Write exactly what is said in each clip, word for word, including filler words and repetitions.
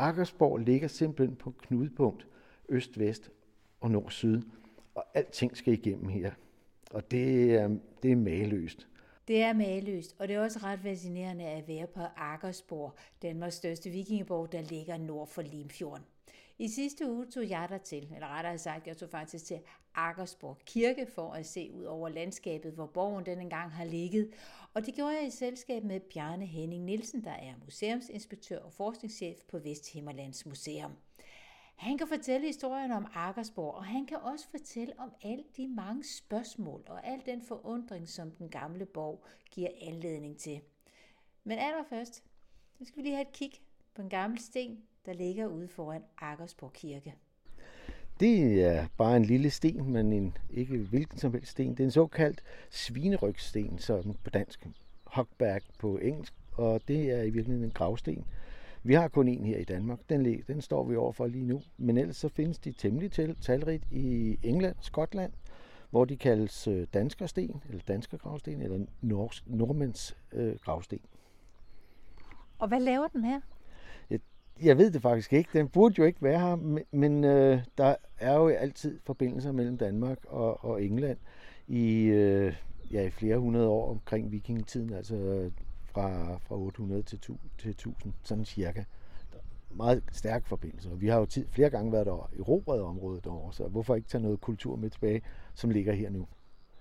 Aggersborg ligger simpelthen på knudepunkt øst-vest og nord-syd, og alting skal igennem her. Og det er, det er mageløst. Det er mageløst, og det er også ret fascinerende at være på Aggersborg, Danmarks største vikingeborg, der ligger nord for Limfjorden. I sidste uge tog jeg der til, eller rettere sagt, jeg tog faktisk til Aggersborg Kirke for at se ud over landskabet, hvor borgen den engang har ligget. Og det gjorde jeg i selskab med Bjarne Henning Nielsen, der er museumsinspektør og forskningschef på Vesthimmerlands Museum. Han kan fortælle historien om Aggersborg, og han kan også fortælle om alle de mange spørgsmål og al den forundring, som den gamle borg giver anledning til. Men allerførst, så skal vi lige have et kig på en gammel sten, der ligger ude foran Aggersborg Kirke. Det er bare en lille sten, men en, ikke hvilken som helst sten. Det er en såkaldt svinerygsten, som på dansk, hogback på engelsk, og det er i virkeligheden en gravsten. Vi har kun en her i Danmark, den, den står vi overfor lige nu, men ellers så findes de temmelig talrigt i England og Skotland, hvor de kaldes danskersten, eller danskergravsten, eller nord, nordmænds øh, gravsten. Og hvad laver den her? Jeg, jeg ved det faktisk ikke. Den burde jo ikke være her, men, men øh, der er jo altid forbindelser mellem Danmark og, og England i, øh, ja, i flere hundrede år omkring vikingetiden, altså fra, fra otte hundrede til tusind, sådan cirka. Meget stærke forbindelser. Vi har jo tid, flere gange været der erobret området derovre, så hvorfor ikke tage noget kultur med tilbage, som ligger her nu?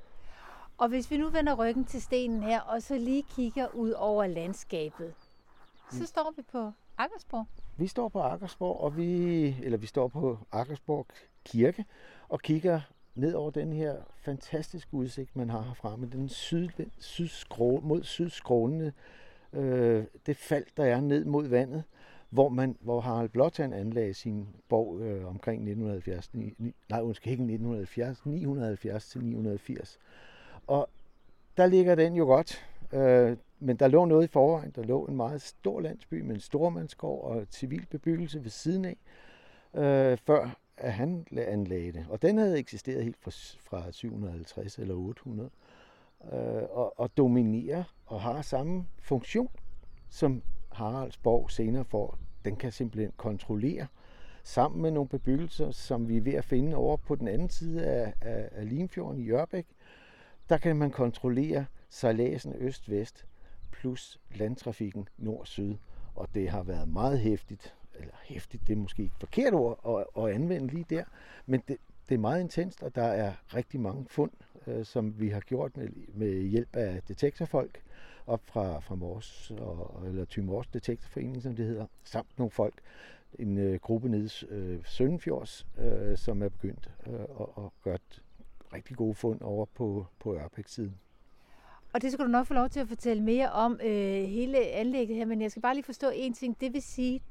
Og hvis vi nu vender ryggen til stenen her, og så lige kigger ud over landskabet, så mm. står vi på Aggersborg. Vi står på Aggersborg, og vi, eller vi står på Aggersborg Kirke, og kigger ned over den her fantastiske udsigt, man har herfra, med den syd, sydskrå, mod sydskrånende, øh, det fald, der er ned mod vandet, hvor, man, hvor Harald Blåtand anlagde sin borg øh, omkring nitten halvfjerds, ni, nej, undskyld, ikke nitten halvfjerds, ni halvfjerds til ni firs. Og der ligger den jo godt, øh, men der lå noget i forvejen. Der lå en meget stor landsby med en stormandsgård og civil bebyggelse ved siden af, øh, før at han anlagde det. Og den havde eksisteret helt fra, fra syv hundrede og halvtreds eller otte hundrede, øh, og, og dominerer og har samme funktion, som Haraldsborg senere får. Den kan simpelthen kontrollere sammen med nogle bebyggelser, som vi er ved at finde over på den anden side af, af, af Limfjorden i Ørbæk. Der kan man kontrollere sejladsen øst-vest plus landtrafikken nord-syd, og det har været meget hæftigt, eller hæftigt, det er måske ikke et forkert ord at, at anvende lige der, men det, det er meget intenst, og der er rigtig mange fund, øh, som vi har gjort med, med hjælp af detektorfolk op fra, fra Mors, og, eller Thy Mors Detektorforening, som det hedder, samt nogle folk, en øh, gruppe nede i øh, Søndenfjords, øh, som er begyndt øh, at, at gøre et rigtig gode fund over på, på Ørbæk-siden. Og det skal du nok få lov til at fortælle mere om øh, hele anlægget her, men jeg skal bare lige forstå en ting. Det vil sige,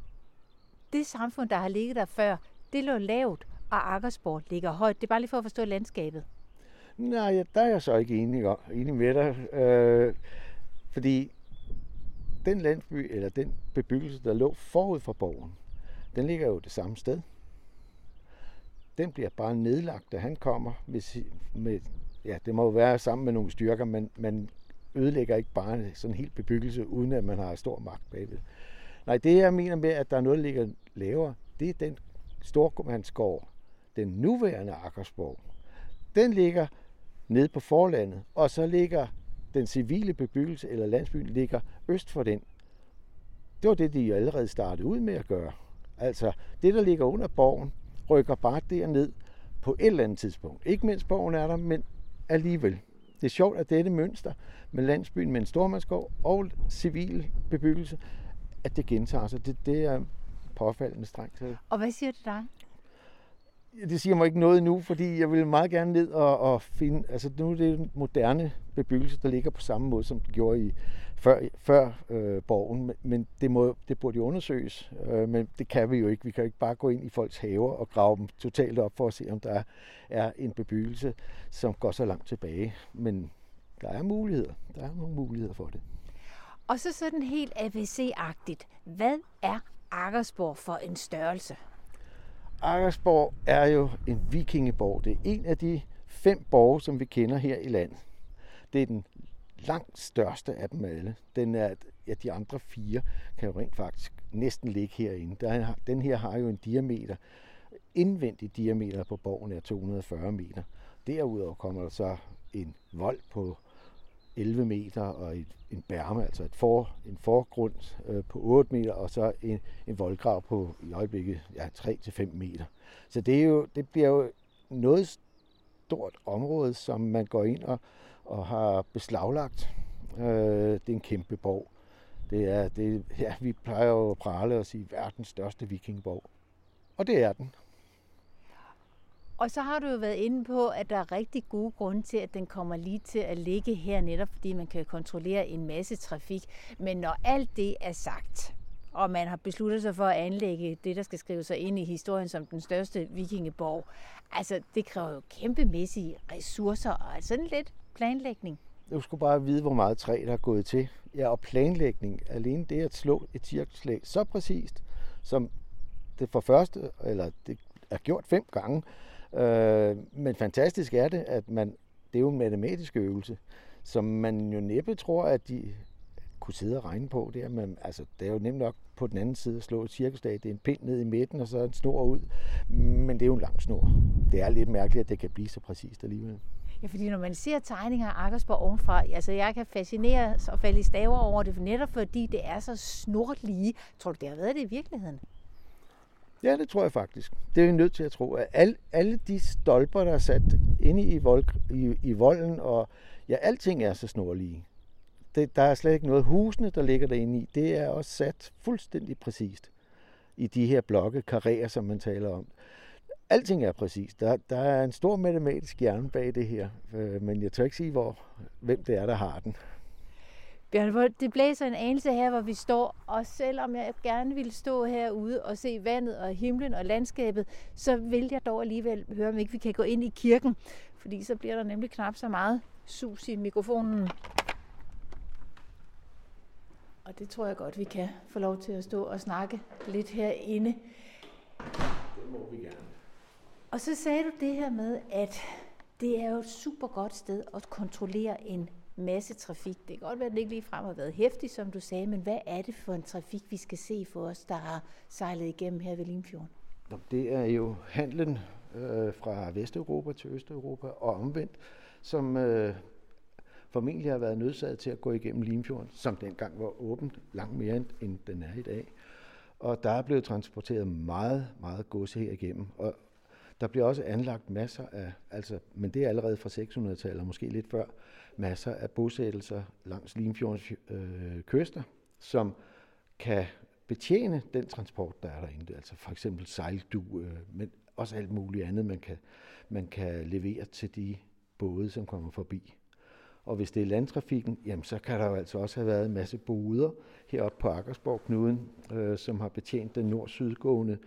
det samfund, der har ligget der før, det lå lavt, og Aggersborg ligger højt. Det er bare lige for at forstå landskabet. Nej, ja, der er jeg så ikke enig, enig med dig. Øh, fordi den landsby, eller den bebyggelse, der lå forud for borgen, den ligger jo det samme sted. Den bliver bare nedlagt, da han kommer med, med ja, det må jo være sammen med nogle styrker, men man ødelægger ikke bare sådan en hel bebyggelse, uden at man har stor magt bagved. Nej, det jeg mener med, at der er noget, der ligger lavere, det er den stormandsgård, den nuværende Aggersborg. Den ligger nede på forlandet, og så ligger den civile bebyggelse, eller landsbyen, ligger øst for den. Det var det, de allerede startede ud med at gøre. Altså, det, der ligger under borgen, rykker bare derned på et eller andet tidspunkt. Ikke mens borgen er der, men alligevel. Det er sjovt, at dette mønster med landsbyen med en stormandsgård og civil bebyggelse, at det gentager sig. Det, det er påfaldende strengt. Og hvad siger det dig? Det siger mig ikke noget nu, fordi jeg vil meget gerne ned og, og finde... Altså nu er det en moderne bebyggelse, der ligger på samme måde, som det gjorde i før, før øh, borgen. Men det, må, det burde jo undersøges. Øh, men det kan vi jo ikke. Vi kan jo ikke bare gå ind i folks haver og grave dem totalt op for at se, om der er en bebyggelse, som går så langt tilbage. Men der er muligheder. Der er nogle muligheder for det. Og så sådan helt A B C-agtigt. Hvad er Aggersborg for en størrelse? Aggersborg er jo en vikingeborg. Det er en af de fem borge, som vi kender her i landet. Det er den langt største af dem alle. Den er ja, de andre fire kan jo rent faktisk næsten ligge herinde. Der, den her har jo en diameter, indvendig diameter på borgen er to hundrede og fyrre meter. Derudover kommer der så en vold på elleve meter og et, en bærme, altså et for, en forgrund øh, på otte meter, og så en, en voldgrav på i øjeblikket ja, tre til fem meter. Så det, er jo, det bliver jo noget stort område, som man går ind og, og har beslaglagt. Øh, det er en kæmpe borg. Det er, det, ja, vi plejer jo at prale og sige verdens største vikingborg. Og det er den. Og så har du jo været inde på, at der er rigtig gode grunde til, at den kommer lige til at ligge her, netop fordi man kan kontrollere en masse trafik. Men når alt det er sagt, og man har besluttet sig for at anlægge det, der skal skrive sig ind i historien som den største vikingeborg, altså det kræver jo kæmpemæssige ressourcer og altså sådan lidt planlægning. Du skulle bare vide, hvor meget træ der er gået til. Ja, og planlægning, alene det at slå et cirkelslag så præcist, som det for første, eller det er gjort fem gange. Øh, men fantastisk er det, at man, det er jo en matematisk øvelse, som man jo næppe tror, at de kunne sidde og regne på. Det er, man, altså, det er jo nemt nok på den anden side at slå et cirkelslag. Det er en pind ned i midten, og så en snor ud. Men det er jo en lang snor. Det er lidt mærkeligt, at det kan blive så præcist alligevel. Ja, fordi når man ser tegninger af Aggersborg ovenfra, altså jeg kan fascineres og falde i staver over det, netop fordi det er så snortlige. Tror du, det har været det i virkeligheden? Ja, det tror jeg faktisk. Det er vi nødt til at tro. At alle, alle de stolper, der er sat inde i, vold, i, i volden, og ja, alting er så snorlige. Det, der er slet ikke noget. Husene, der ligger derinde i, det er også sat fuldstændig præcist i de her blokke, karréer, som man taler om. Alting er præcist. Der, der er en stor matematisk hjerne bag det her, men jeg tør ikke sige, hvor, hvem det er, der har den. Bjørn, det blæser en anelse her, hvor vi står, og selvom jeg gerne ville stå herude og se vandet og himlen og landskabet, så vil jeg dog alligevel høre, om ikke vi kan gå ind i kirken, fordi så bliver der nemlig knap så meget sus i mikrofonen. Og det tror jeg godt, vi kan få lov til at stå og snakke lidt herinde. Det må vi gerne. Og så sagde du det her med, at det er jo et super godt sted at kontrollere en masse trafik. Det kan godt være, at det ikke ligefrem har været heftigt, som du sagde, men hvad er det for en trafik, vi skal se for os, der har sejlet igennem her ved Limfjorden? Det er jo handlen øh, fra Vesteuropa til Østeuropa og omvendt, som øh, formentlig har været nødsaget til at gå igennem Limfjorden, som dengang var åbent langt mere end den er i dag. Og der er blevet transporteret meget, meget gods her igennem. Og der bliver også anlagt masser af, altså, men det er allerede fra seks hundrede-tallet, og måske lidt før, masser af bosættelser langs Limfjordens øh, kyster, som kan betjene den transport, der er derinde. Altså for eksempel sejldu, øh, men også alt muligt andet, man kan, man kan levere til de både, som kommer forbi. Og hvis det er landtrafikken, jamen, så kan der jo altså også have været en masse boder heroppe på Aggersborg-knuden, øh, som har betjent den nord-sydgående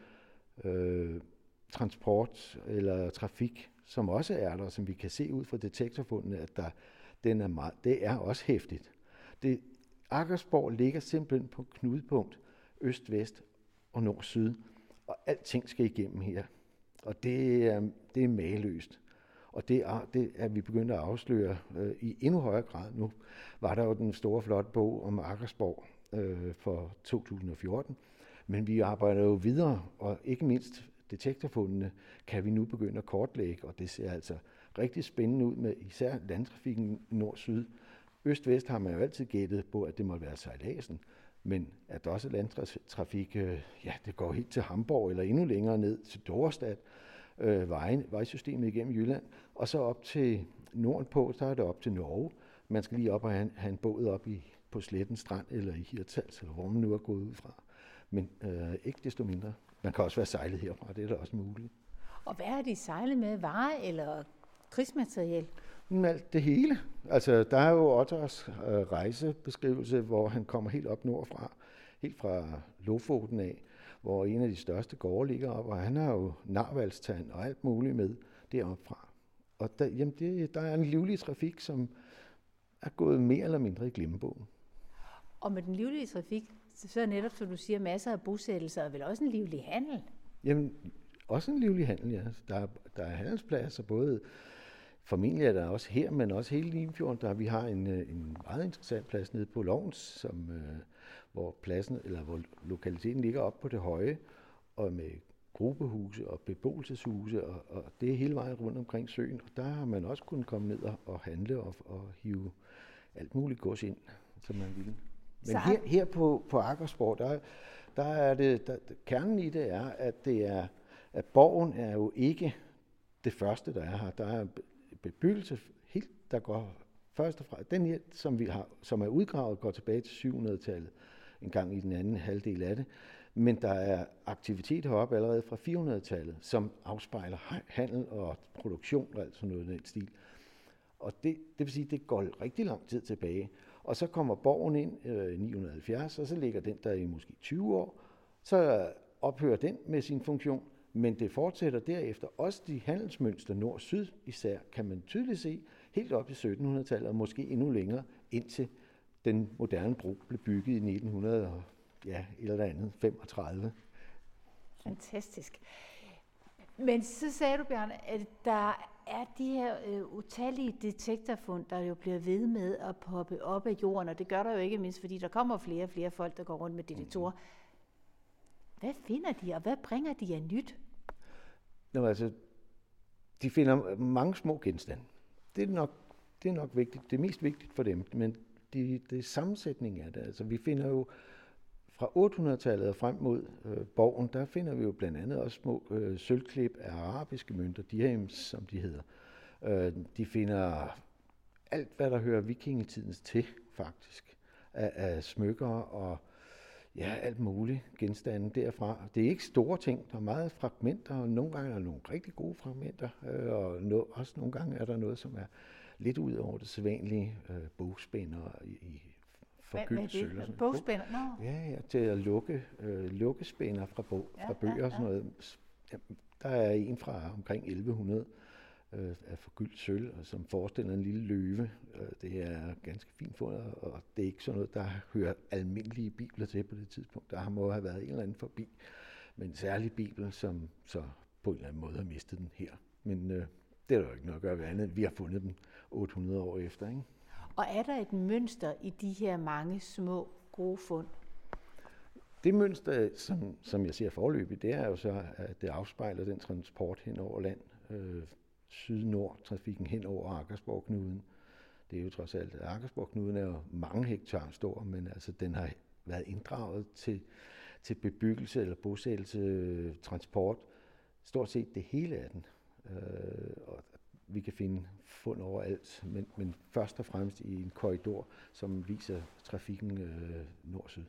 øh, transport eller trafik, som også er der, som vi kan se ud fra detektorfundene, at der, den er meget, det er også hæftigt. Det, Aggersborg ligger simpelthen på knudepunkt øst-vest og nord-syd, og alting skal igennem her. Og det er, det er mageløst. Og det er, det er vi begyndt at afsløre øh, i endnu højere grad nu. Var der jo den store flotte bog om Aggersborg øh, for to tusind og fjorten, men vi arbejder jo videre, og ikke mindst detektorfundene kan vi nu begynde at kortlægge, og det ser altså rigtig spændende ud med især landtrafikken nord-syd. Øst-vest har man jo altid gættet på, at det må være sejladsen, men at der også er landtrafik, øh, ja, det går helt til Hamborg eller endnu længere ned til Dorestad, øh, vejen, vejsystemet igennem Jylland, og så op til nordpå, så er det op til Norge. Man skal lige op og have, have en båd op i, på Sletten Strand eller i Hirtshals, eller hvor man nu er gået ud fra. Men øh, ikke desto mindre. Man kan også være sejlet herfra, det er da også muligt. Og hvad har de sejlet med? Varer eller krigsmateriel? Men alt det hele. Altså, der er jo Otters øh, rejsebeskrivelse, hvor han kommer helt op nordfra, helt fra Lofoten af, hvor en af de største gårde ligger op, og han har jo narvalstand og alt muligt med deroppe fra. Og der, jamen det, der er en livlig trafik, som er gået mere eller mindre i glemmebogen. Og med den livlige trafik, så er netop, som du siger, masser af bosættelser, og vel også en livlig handel? Jamen, også en livlig handel, ja. Der er, der er handelspladser både formentlig er der også her, men også hele Limfjorden, der vi har en, en meget interessant plads nede på Lovns, som, øh, hvor pladsen, eller hvor lokaliteten ligger op på det høje, og med gruppehuse og beboelseshuse, og, og det er hele vejen rundt omkring søen, og der har man også kunnet komme ned og, og handle og, og hive alt muligt gods ind, som man ville. Men her, her på, på Aggersborg, der, der er det, der, kernen i det er, at det er, at borgen er jo ikke det første, der er her. Der er bebyggelse helt, der går først og fremmest. Den her, som vi har, som er udgravet, går tilbage til syv hundrede-tallet, en gang i den anden halvdel af det. Men der er aktivitet heroppe allerede fra fire hundrede-tallet, som afspejler handel og produktion og alt sådan noget i den stil. Og det, det vil sige, at det går rigtig lang tid tilbage. Og så kommer borgen ind øh, i ni hundrede og halvfjerds, og så ligger den der i måske tyve år. Så ophører den med sin funktion, men det fortsætter derefter. Også de handelsmønster nord-syd især, kan man tydeligt se, helt op i sytten hundrede-tallet, og måske endnu længere, indtil den moderne bro blev bygget i nitten hundrede og ja, eller andet, femogtredive. Fantastisk. Men så sagde du, Bjarne, at der er de her øh, utallige detektorfund, der jo bliver ved med at poppe op af jorden, og det gør der jo ikke mindst, fordi der kommer flere og flere folk, der går rundt med detektorer. Hvad finder de, og hvad bringer de af nyt? Nå, altså, de finder mange små genstande. Det er nok, det er nok vigtigt. Det er mest vigtigt for dem, men det, det er sammensætningen af det. Altså, vi finder jo fra otte hundrede-tallet og frem mod øh, borgen, der finder vi jo blandt andet også små øh, sølvklip af arabiske mønter, dirhams, som de hedder. Øh, de finder alt, hvad der hører vikingetidens til, faktisk, af, af smykker og ja, alt muligt genstande derfra. Det er ikke store ting, der er meget fragmenter, og nogle gange er der nogle rigtig gode fragmenter, øh, og no, også nogle gange er der noget, som er lidt ud over det sædvanlige, øh, bogspænder i, i forgyldt sølv. Bogspænder? No. Ja, ja, til at lukke øh, lukkespænder fra, bog, ja, fra bøger ja, ja. Og sådan noget. Ja, der er en fra omkring elleve hundrede øh, af forgyldt sølv, som forestiller en lille løve. Det er ganske fint fundet, og det er ikke sådan noget, der hører almindelige bibler til på det tidspunkt. Der må have været en eller anden forbi, men en særlig bibel, som så på en eller anden måde har mistet den her. Men øh, det er der jo ikke noget at gøre ved andet. Vi har fundet den otte hundrede år efter, ikke? Og er der et mønster i de her mange små, gode fund? Det mønster, som, som jeg ser forløbig, det er jo så, at det afspejler den transport hen over land, øh, syd-nord-trafikken hen over Aggersborg-knuden. Det er jo trods alt, at Aggersborg-knuden er jo mange hektar stor, men altså den har været inddraget til, til bebyggelse eller bosættelse, transport, stort set det hele af den. Øh, og vi kan finde fund overalt, men, men først og fremmest i en korridor, som viser trafikken øh, nord-syd.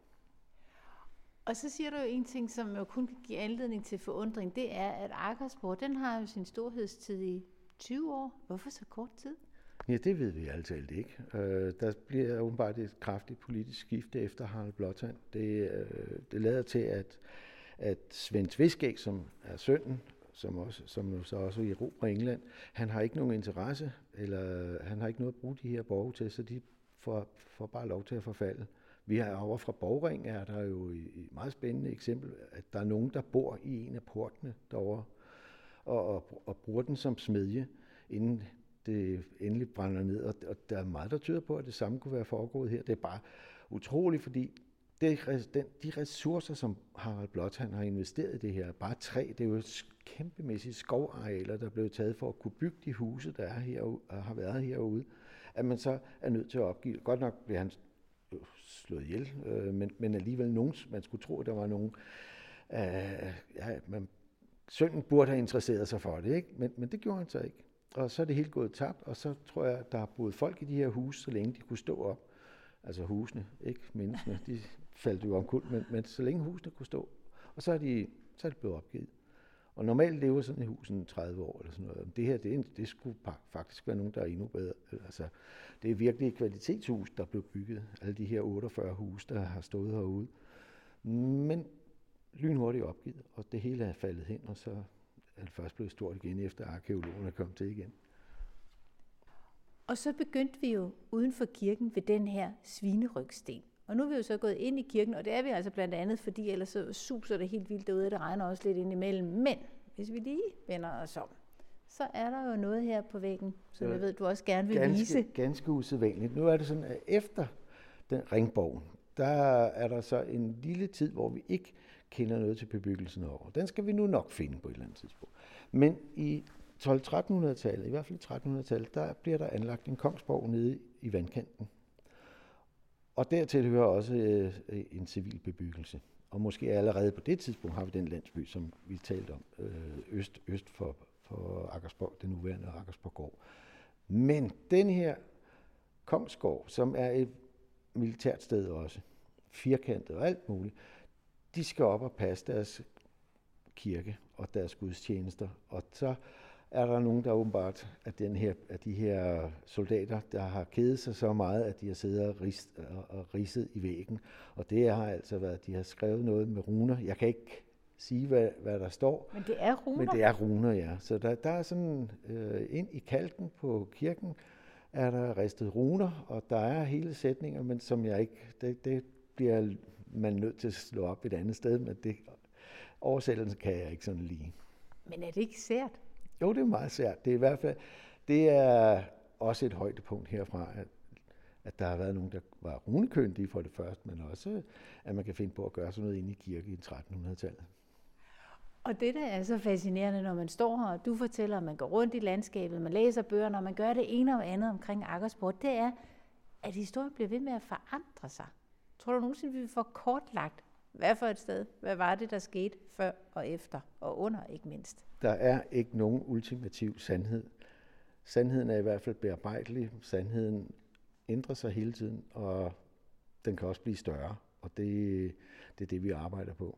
Og så siger du jo en ting, som jo kun kan give anledning til forundring, det er, at Aggersborg, den har jo sin storhedstid i tyve år. Hvorfor så kort tid? Ja, det ved vi altid ikke. Øh, der bliver åbenbart et kraftigt politisk skifte efter Harald Blåtand. Det, øh, det lader til, at, at Svend Tveskæg, som er sønnen, som, også, som så også i Europa og England, han har ikke nogen interesse, eller han har ikke noget at bruge de her borge til, så de får, får bare lov til at forfalde. Vi har over fra Borgring, er der jo et meget spændende eksempel, at der er nogen, der bor i en af portene derovre, og, og, og bruger den som smedje, inden det endelig brænder ned. Og, og der er meget, der tyder på, at det samme kunne være foregået her. Det er bare utroligt, fordi det, den, de ressourcer, som Harald Blåtand har investeret i det her, bare træ, det er jo kæmpemæssige skovarealer, der er blevet taget for at kunne bygge de huse, der er herude, og har været herude, at man så er nødt til at opgive. Godt nok bliver han slået ihjel, øh, men, men alligevel nogen, man skulle tro, at der var nogen, øh, ja, man, sønnen burde have interesseret sig for det, ikke? Men, men det gjorde han så ikke. Og så er det helt gået tabt, og så tror jeg, at der har boet folk i de her huse, så længe de kunne stå op. Altså husene, ikke menneskene, de faldt jo omkuld, men, men så længe husene kunne stå. Og så er de, så er de blevet opgivet. Og normalt lever sådan et hus tredive år eller sådan noget. Det her, det, det skulle faktisk være nogen, der er endnu bedre. Altså, det er virkelig et kvalitetshus, der blev bygget. Alle de her otteogfyrre huse, der har stået herude. Men lynhurtigt opgivet, og det hele er faldet hen, og så er det først blevet stort igen, efter arkæologerne kom til igen. Og så begyndte vi jo uden for kirken ved den her svinerygsten. Og nu er vi jo så gået ind i kirken, og det er vi altså blandt andet, fordi ellers så suser det helt vildt derude, og det regner også lidt ind imellem. Men hvis vi lige vender os om, så er der jo noget her på væggen, som Ja. jeg ved, du også gerne vil ganske, vise. Ganske usædvanligt. Nu er det sådan, at efter den ringborgen, der er der så en lille tid, hvor vi ikke kender noget til bebyggelsen over. Den skal vi nu nok finde på et eller andet tidspunkt. Men i tolv-tretten hundrede-tallet, i hvert fald i tretten hundrede-tallet, der bliver der anlagt en kongsborg nede i vandkanten. Og dertil hører også øh, en civil bebyggelse. Og måske allerede på det tidspunkt har vi den landsby, som vi talte om, øh, øst, øst for, for Aggersborg, den nuværende Aggersborggård. Men den her Kongsgård, som er et militært sted også, firkantet og alt muligt, de skal op og passe deres kirke og deres gudstjenester. Og så er der nogen, der åbenbart, at, den her, at de her soldater, der har kedet sig så meget, at de har siddet og, rist, og, og ridset i væggen. Og det har altså været, de har skrevet noget med runer. Jeg kan ikke sige, hvad, hvad der står. Men det er runer? Men det er runer, ja. Så der, der er sådan, øh, ind i kalken på kirken, er der ristet runer, og der er hele sætninger, men som jeg ikke, det, det bliver man nødt til at slå op et andet sted, men det, oversættelsen kan jeg ikke sådan lige. Men er det ikke sært? Jo, det er meget sært. Det er i hvert fald, det er også et højdepunkt herfra, at, at der har været nogen, der var runekyndige for det første, men også, at man kan finde på at gøre sådan noget inde i kirke i tretten hundrede-tallet. Og det, der er så fascinerende, når man står her, og du fortæller, at man går rundt i landskabet, man læser bøger, og man gør det ene og andet omkring Aggersborg, det er, at historien bliver ved med at forandre sig. Tror du nogensinde, vi får kortlagt, hvad for et sted, hvad var det, der skete før og efter, og under ikke mindst? Der er ikke nogen ultimativ sandhed. Sandheden er i hvert fald bearbejdelig. Sandheden ændrer sig hele tiden, og den kan også blive større, og det, det er det, vi arbejder på.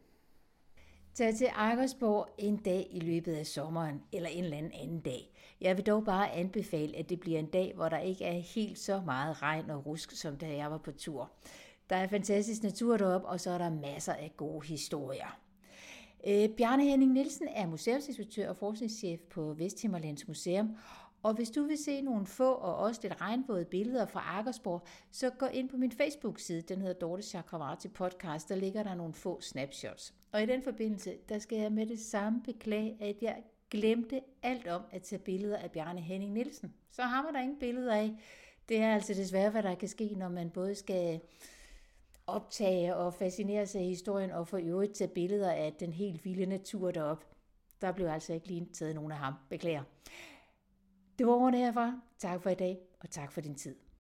Tag til Aggersborg en dag i løbet af sommeren, eller en eller anden dag. Jeg vil dog bare anbefale, at det bliver en dag, hvor der ikke er helt så meget regn og rusk, som da jeg var på tur. Der er fantastisk natur deroppe, og så er der masser af gode historier. Øh, Bjarne Henning Nielsen er museumsinspektør og forskningschef på Vesthimmerlands Museum, og hvis du vil se nogle få og også lidt regnvåde billeder fra Aggersborg, så gå ind på min Facebook-side, den hedder Dorte Chakravarty Podcast, der ligger der nogle få snapshots. Og i den forbindelse, der skal jeg med det samme beklage, at jeg glemte alt om at tage billeder af Bjarne Henning Nielsen. Så har man der ingen billeder af. Det er altså desværre, hvad der kan ske, når man både skal optage og fascinere sig af historien, og for øvrigt tage billeder af den helt vilde natur deroppe. Der blev altså ikke lige taget nogen af ham. Beklager. Det var ordene herfra. Tak for i dag, og tak for din tid.